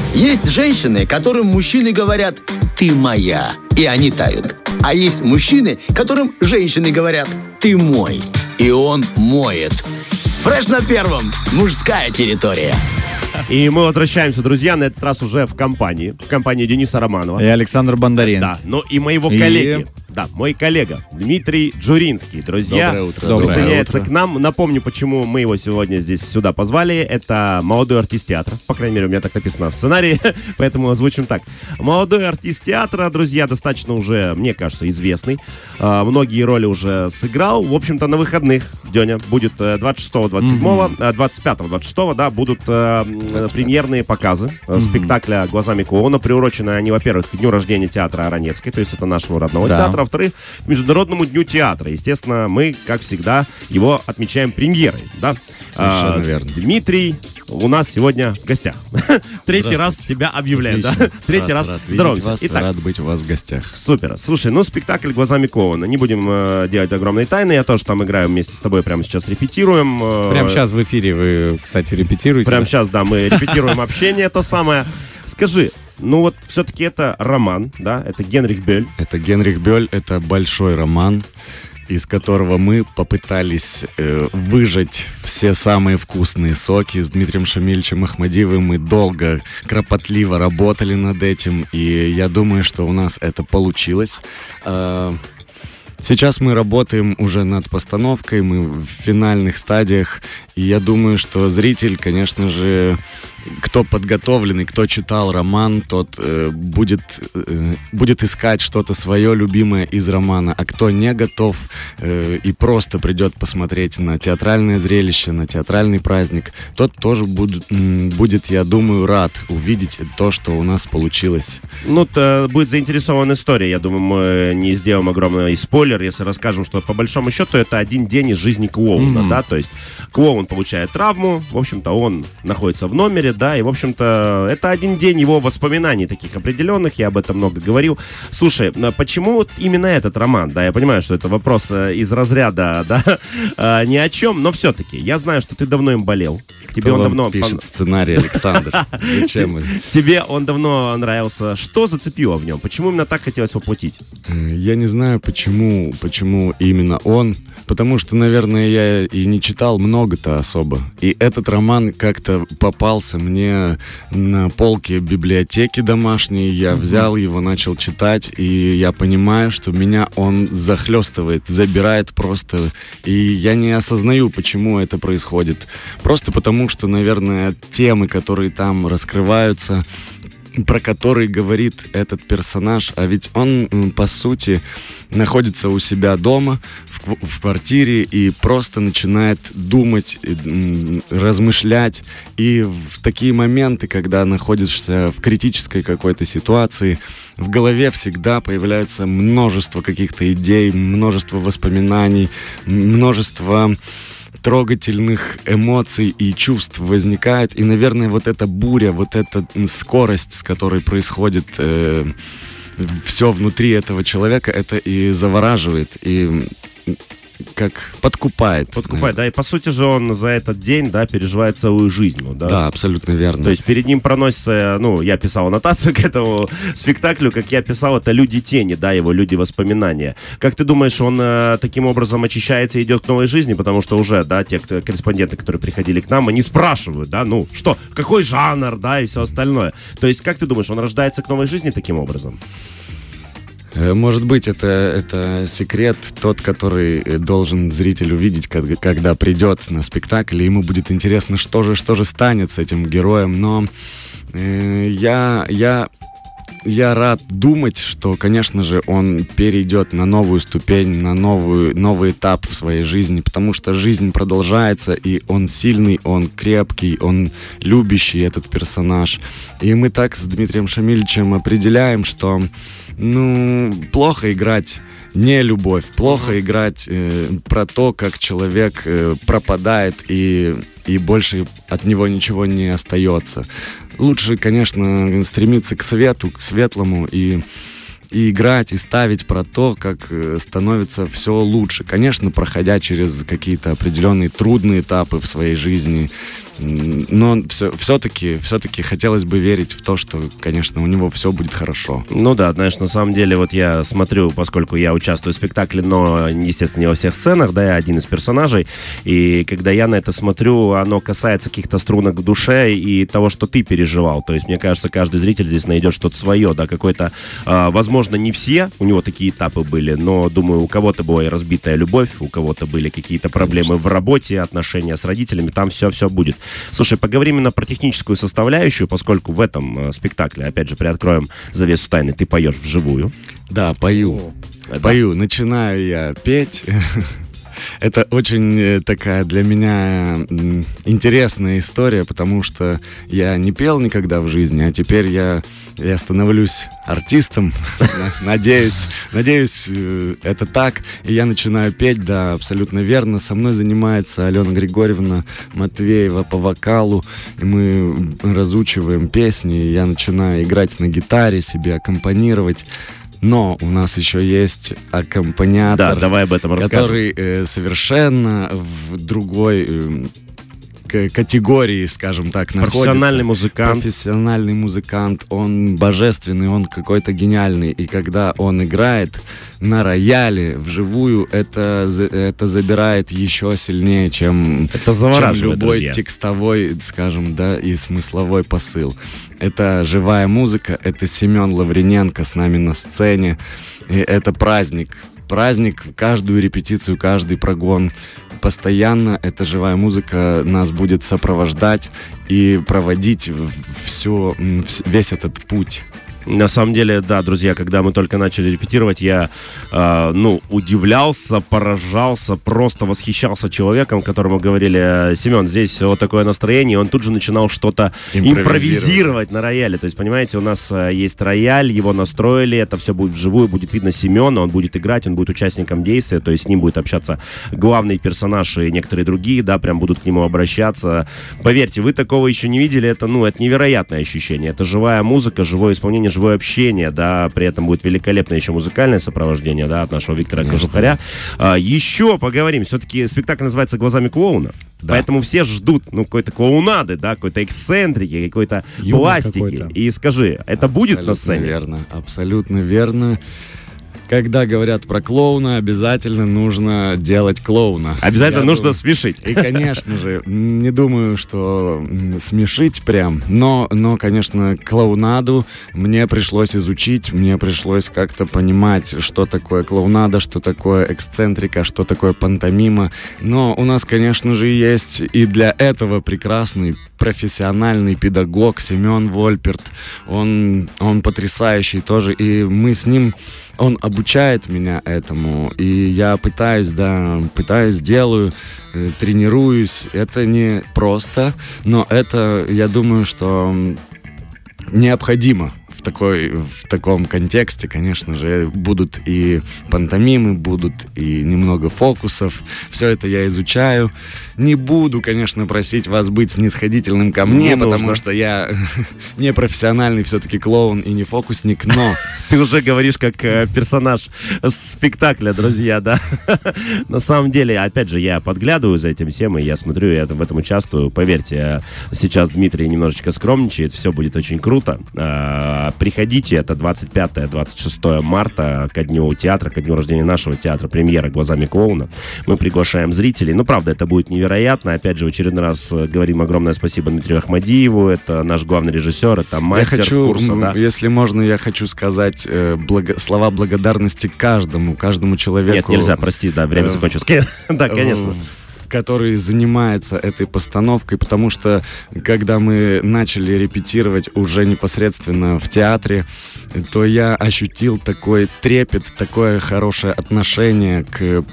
Есть женщины, которым мужчины говорят «ты моя», и они тают. А есть мужчины, которым женщины говорят «ты мой», и он моет. Фреш на первом. Мужская территория. И мы возвращаемся, друзья, на этот раз уже в компании Дениса Романова. И Александр Бондаренко. Да, ну и моего коллеги. Да, мой коллега Дмитрий Джуринский. Друзья, Доброе утро. присоединяется к нам. Напомню, почему мы его сегодня здесь сюда позвали. Это молодой артист театра. По крайней мере, у меня так написано в сценарии, поэтому озвучим так. Молодой артист театра, друзья, достаточно уже, мне кажется, известный. Многие роли уже сыграл. В общем-то, на выходных, Деня, будет 26-го, 27-го, 25-го, 26-го, да, будут премьерные показы спектакля «Глазами клоуна». Приурочены они, во-первых, к дню рождения театра Аронецкой, то есть это нашего родного театра. Во-вторых, к Международному дню театра. Естественно, мы, как всегда, его отмечаем премьерой. Да? Совершенно верно. Дмитрий у нас сегодня в гостях. Третий раз тебя объявляем. Да? Третий раз. Здоровьте. Итак, рад быть у вас в гостях. Супер. Слушай, ну спектакль «Глазами клоуна». Не будем делать огромной тайны. Я тоже там играю вместе с тобой. Прямо сейчас репетируем. Прямо сейчас в эфире вы, кстати, репетируете. Прямо сейчас, да, мы репетируем общение, то самое. Скажи, ну вот все-таки это роман, да, это Генрих Бёль. Это Генрих Бёль, это большой роман, из которого мы попытались выжать все самые вкусные соки с Дмитрием Шамильевичем Ахмадиевым. Мы долго, кропотливо работали над этим, и я думаю, что у нас это получилось. Сейчас мы работаем уже над постановкой, мы в финальных стадиях, и я думаю, что зритель, конечно же, кто подготовленный, кто читал роман, тот будет искать что-то свое любимое из романа, а кто не готов и просто придет посмотреть на театральное зрелище, на театральный праздник, тот тоже будет, я думаю, рад увидеть то, что у нас получилось. Ну, будет заинтересована история, я думаю, мы не сделаем огромный спойлер, если расскажем, что по большому счету это один день из жизни клоуна, да, то есть клоун получает травму, в общем-то, он находится в номере, да, и, в общем-то, это один день его воспоминаний таких определенных, я об этом много говорил. Слушай, почему вот именно этот роман, да, я понимаю, что это вопрос из разряда, да, ни о чем, но все-таки, я знаю, что ты давно им болел. Тебе он давно пишет сценарий, Александр. Зачем? Тебе он давно нравился. Что зацепило в нем? Почему именно так хотелось воплотить? Я не знаю, почему именно он. Потому что, наверное, я и не читал много-то особо. И этот роман как-то попался мне на полке библиотеки домашней. Я взял его, начал читать, и я понимаю, что меня он захлестывает, забирает просто. И я не осознаю, почему это происходит. Просто потому, что, наверное, темы, которые там раскрываются, про который говорит этот персонаж, а ведь он, по сути, находится у себя дома, в квартире, и просто начинает думать, размышлять. И в такие моменты, когда находишься в критической какой-то ситуации, в голове всегда появляется множество каких-то идей, множество воспоминаний, множество трогательных эмоций и чувств возникает. И, наверное, вот эта буря, вот эта скорость, с которой происходит все внутри этого человека, это и завораживает, и как подкупает. Подкупает, да, и по сути же он за этот день, да, переживает целую жизнь. Ну, да? Да, абсолютно верно. То есть перед ним проносится, ну, я писал аннотацию к этому спектаклю, как я писал, это люди тени, да, его люди воспоминания. Как ты думаешь, он таким образом очищается и идет к новой жизни, потому что уже, да, те корреспонденты, которые приходили к нам, они спрашивают, да, ну, что, какой жанр, да, и все остальное. То есть, как ты думаешь, он рождается к новой жизни таким образом? Может быть, это секрет тот, который должен зритель увидеть, когда придет на спектакль, и ему будет интересно, что же станет с этим героем. Но я рад думать, что, конечно же, он перейдет на новую ступень, на новый этап в своей жизни, потому что жизнь продолжается, и он сильный, он крепкий, он любящий, этот персонаж. И мы так с Дмитрием Шамильевичем определяем, что, плохо играть не любовь, плохо играть про то, как человек пропадает, и больше от него ничего не остается. Лучше, конечно, стремиться к свету, к светлому, и играть, и ставить про то, как становится все лучше. Конечно, проходя через какие-то определенные трудные этапы в своей жизни, Но все-таки хотелось бы верить в то, что, конечно, у него все будет хорошо. Ну да, знаешь, на самом деле, вот я смотрю, поскольку я участвую в спектакле, но, естественно, не во всех сценах, да, я один из персонажей, и когда я на это смотрю, оно касается каких-то струнок в душе и того, что ты переживал. То есть, мне кажется, каждый зритель здесь найдет что-то свое, да, какой-то, возможно, не все, у него такие этапы были, но, думаю, у кого-то была и разбитая любовь, у кого-то были какие-то проблемы в работе, отношения с родителями, там все будет. Слушай, поговорим именно про техническую составляющую, поскольку в этом спектакле, опять же, приоткроем завесу тайны, ты поешь вживую. Да, пою. Пою. Начинаю я петь. Это очень такая для меня интересная история, потому что я не пел никогда в жизни, а теперь я становлюсь артистом. Надеюсь, это так. И я начинаю петь, да, абсолютно верно. Со мной занимается Алена Григорьевна Матвеева по вокалу. И мы разучиваем песни. Я начинаю играть на гитаре, себе аккомпанировать. Но у нас еще есть аккомпаниатор, да, давай об этом который совершенно в другой категории, скажем так, находится. Профессиональный музыкант. Он божественный, он какой-то гениальный. И когда он играет на рояле вживую, это забирает еще сильнее, чем любой текстовой, скажем, да, и смысловой посыл. Это живая музыка, это Семен Лавриненко с нами на сцене. И это праздник. Праздник, каждую репетицию, каждый прогон. Постоянно эта живая музыка нас будет сопровождать и проводить весь этот путь. На самом деле, да, друзья, когда мы только начали репетировать, я, удивлялся, поражался, просто восхищался человеком, которому говорили: Семен, здесь вот такое настроение, и он тут же начинал что-то импровизировать на рояле. То есть, понимаете, у нас есть рояль, его настроили, это все будет вживую, будет видно Семена, он будет играть, он будет участником действия, то есть с ним будет общаться главный персонаж и некоторые другие, да, прям будут к нему обращаться. Поверьте, вы такого еще не видели, это невероятное ощущение, это живая музыка, живое исполнение, живое общение, да, при этом будет великолепное еще музыкальное сопровождение, да, от нашего Виктора Кожухаря. Еще поговорим, все-таки спектакль называется «Глазами клоуна», да. Поэтому все ждут, какой-то клоунады, да, какой-то эксцентрики, какой-то пластики. Какой-то. И скажи, это будет на сцене? Верно, абсолютно верно. Когда говорят про клоуна, обязательно нужно делать клоуна. Обязательно нужно смешить. И, конечно же, не думаю, что смешить прям, но, конечно, клоунаду мне пришлось изучить, мне пришлось как-то понимать, что такое клоунада, что такое эксцентрика, что такое пантомима. Но у нас, конечно же, есть и для этого прекрасный профессиональный педагог Семен Вольперт. Он потрясающий тоже, и мы с ним... Он обучает меня этому, и я пытаюсь, делаю, тренируюсь. Это не просто, но это, я думаю, что необходимо. В таком контексте, конечно же, будут и пантомимы, будут и немного фокусов. Все это я изучаю. Не буду, конечно, просить вас быть снисходительным ко мне, потому что я не профессиональный все-таки клоун и не фокусник, но... Ты уже говоришь как персонаж спектакля, друзья, да? На самом деле, опять же, я подглядываю за этим всем, и я смотрю, я в этом участвую. Поверьте, сейчас Дмитрий немножечко скромничает, все будет очень круто. Приходите, это 25-26 марта, ко дню театра, ко дню рождения нашего театра, премьера «Глазами клоуна». Мы приглашаем зрителей. Правда, это будет невероятно. Опять же, в очередной раз говорим огромное спасибо Дмитрию Ахмадиеву. Это наш главный режиссер, это мастер курса. Да? Если можно, я хочу сказать слова благодарности каждому человеку. Нет, нельзя, прости, да, время закончилось. Да, конечно. Который занимается этой постановкой, потому что когда мы начали репетировать уже непосредственно в театре, то я ощутил такой трепет, такое хорошее отношение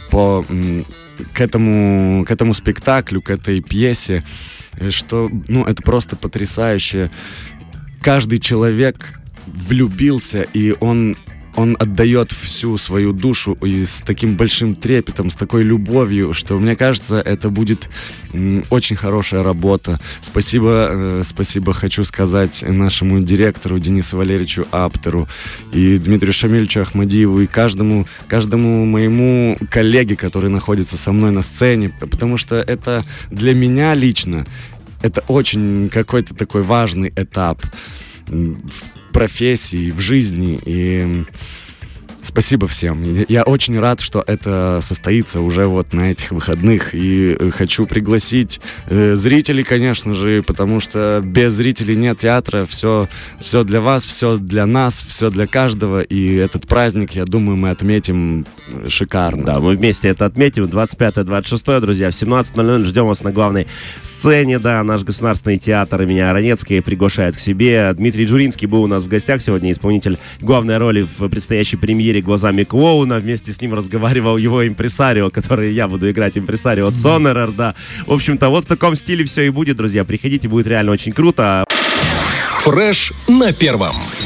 к этому спектаклю, к этой пьесе, что это просто потрясающе. Каждый человек влюбился, и он отдает всю свою душу и с таким большим трепетом, с такой любовью, что, мне кажется, это будет очень хорошая работа. Спасибо хочу сказать нашему директору Денису Валерьевичу Аптеру и Дмитрию Шамильевичу Ахмадиеву и каждому моему коллеге, который находится со мной на сцене, потому что это для меня лично это очень какой-то такой важный этап в профессии, в жизни. И спасибо всем. Я очень рад, что это состоится уже вот на этих выходных. И хочу пригласить зрителей, конечно же, потому что без зрителей нет театра. Все для вас, все для нас, все для каждого. И этот праздник, я думаю, мы отметим шикарно. Да, мы вместе это отметим. 25-26, друзья, в 17:00 ждем вас на главной сцене. Да, наш Государственный театр имени Аронецкой приглашает к себе. Дмитрий Джуринский был у нас в гостях сегодня, исполнитель главной роли в предстоящей премьере «Глазами клоуна». Вместе с ним разговаривал его импресарио, который я буду играть, импресарио Цонерер, да. В общем-то, вот в таком стиле все и будет, друзья. Приходите, будет реально очень круто. Фреш на первом.